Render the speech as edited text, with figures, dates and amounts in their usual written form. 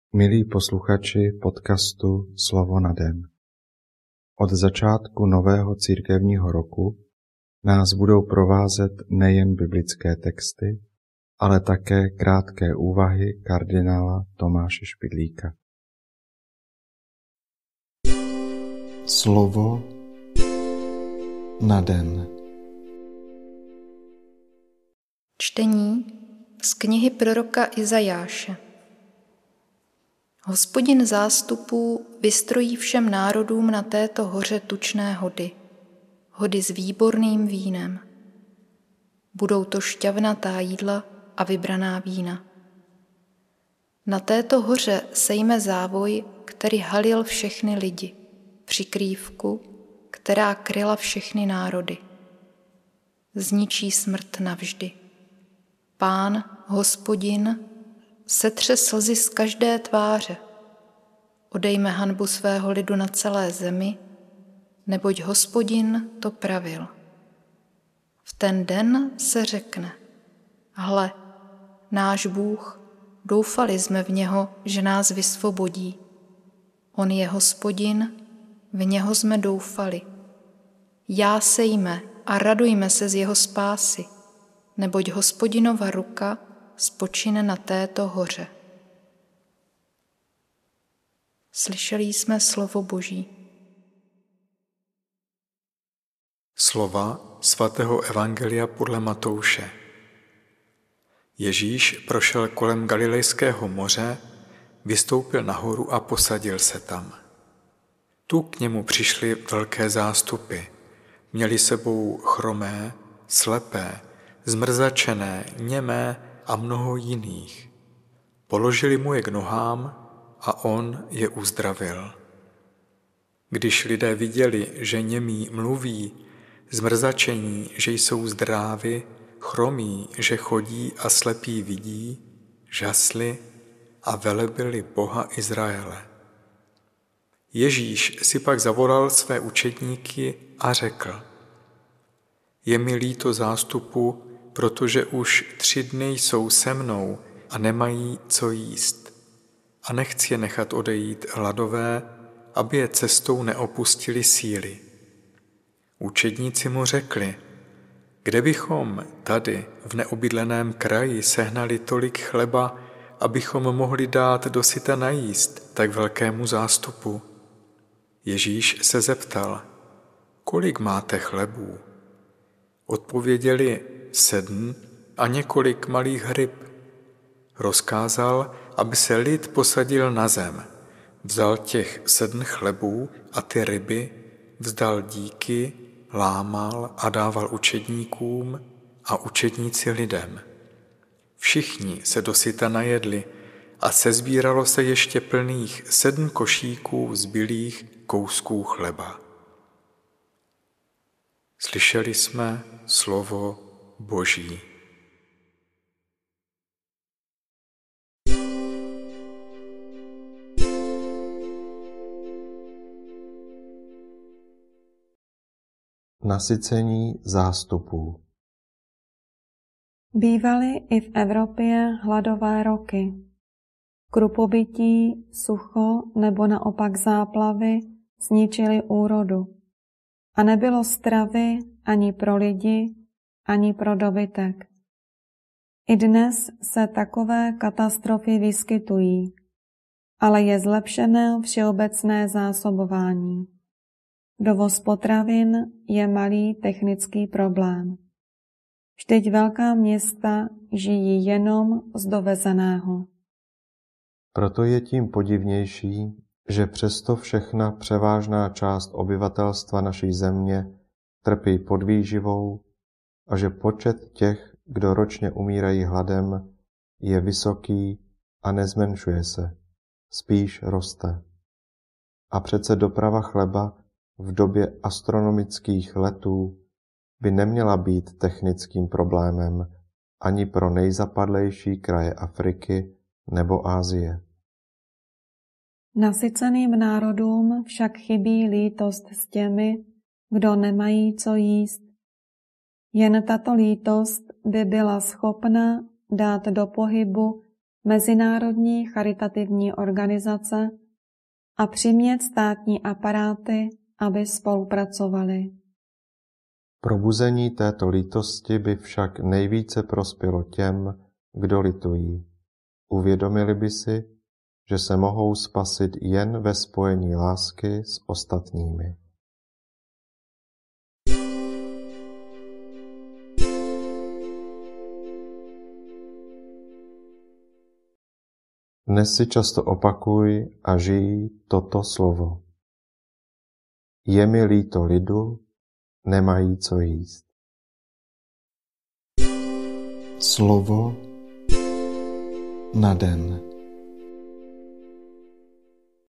Milí posluchači podcastu Slovo na den. Od začátku nového církevního roku nás budou provázet nejen biblické texty, ale také krátké úvahy kardinála Tomáše Špidlíka. Slovo na den. Čtení z knihy proroka Izajáše. Hospodin zástupů vystrojí všem národům na této hoře tučné hody, hody s výborným vínem. Budou to šťavnatá jídla a vybraná vína. Na této hoře sejme závoj, který halil všechny lidi, přikrývku, která kryla všechny národy. Zničí smrt navždy. Pán, Hospodin, setře slzy z každé tváře. Odejme hanbu svého lidu na celé zemi, neboť Hospodin to pravil. V ten den se řekne: Hle, náš Bůh, doufali jsme v něho, že nás vysvobodí. On je Hospodin, v něho jsme doufali. Jásejme a radujme se z jeho spásy, neboť Hospodinova ruka spočine na této hoře. Slyšeli jsme slovo Boží. Slova svatého evangelia podle Matouše. Ježíš prošel kolem Galilejského moře, vystoupil nahoru a posadil se tam. Tu k němu přišly velké zástupy. Měli sebou chromé, slepé, zmrzačené, němé a mnoho jiných. Položili mu je k nohám a on je uzdravil. Když lidé viděli, že němí mluví, zmrzačení, že jsou zdrávi, chromí, že chodí a slepí vidí, žasli a velebili Boha Izraele. Ježíš si pak zavolal své učedníky a řekl: Je mi líto zástupu, protože už 3 dny jsou se mnou a nemají co jíst. A nechci je nechat odejít hladové, aby je cestou neopustili síly. Učedníci mu řekli: Kde bychom tady v neobydleném kraji sehnali tolik chleba, abychom mohli dát dosyta najíst tak velkému zástupu? Ježíš se zeptal: Kolik máte chlebů? Odpověděli: 7 a několik malých ryb. Rozkázal, aby se lid posadil na zem. Vzal těch 7 chlebů a ty ryby, vzdal díky, lámal a dával učedníkům a učedníci lidem. Všichni se dosyta najedli a sezbíralo se ještě plných 7 košíků zbylých kousků chleba. Slyšeli jsme slovo Boží. Nasycení zástupů. Bývaly i v Evropě hladové roky. Krupobytí, sucho nebo naopak záplavy zničily úrodu. A nebylo stravy ani pro lidi, ani pro dobytek. I dnes se takové katastrofy vyskytují, ale je zlepšené všeobecné zásobování. Dovoz potravin je malý technický problém. Vždyť velká města žijí jenom z dovezeného. Proto je tím podivnější, že přesto všechna převážná část obyvatelstva naší země trpí podvýživou a že počet těch, kdo ročně umírají hladem, je vysoký a nezmenšuje se, spíš roste. A přece doprava chleba v době astronomických letů by neměla být technickým problémem ani pro nejzapadlejší kraje Afriky nebo Asie. Nasyceným národům však chybí lítost s těmi, kdo nemají co jíst. Jen tato lítost by byla schopna dát do pohybu mezinárodní charitativní organizace a přimět státní aparáty, aby spolupracovali. Probuzení této lítosti by však nejvíce prospělo těm, kdo litují. Uvědomili by si, že se mohou spasit jen ve spojení lásky s ostatními. Dnes si často opakuj a žij toto slovo. Je mi líto lidu, nemají co jíst. Slovo na den.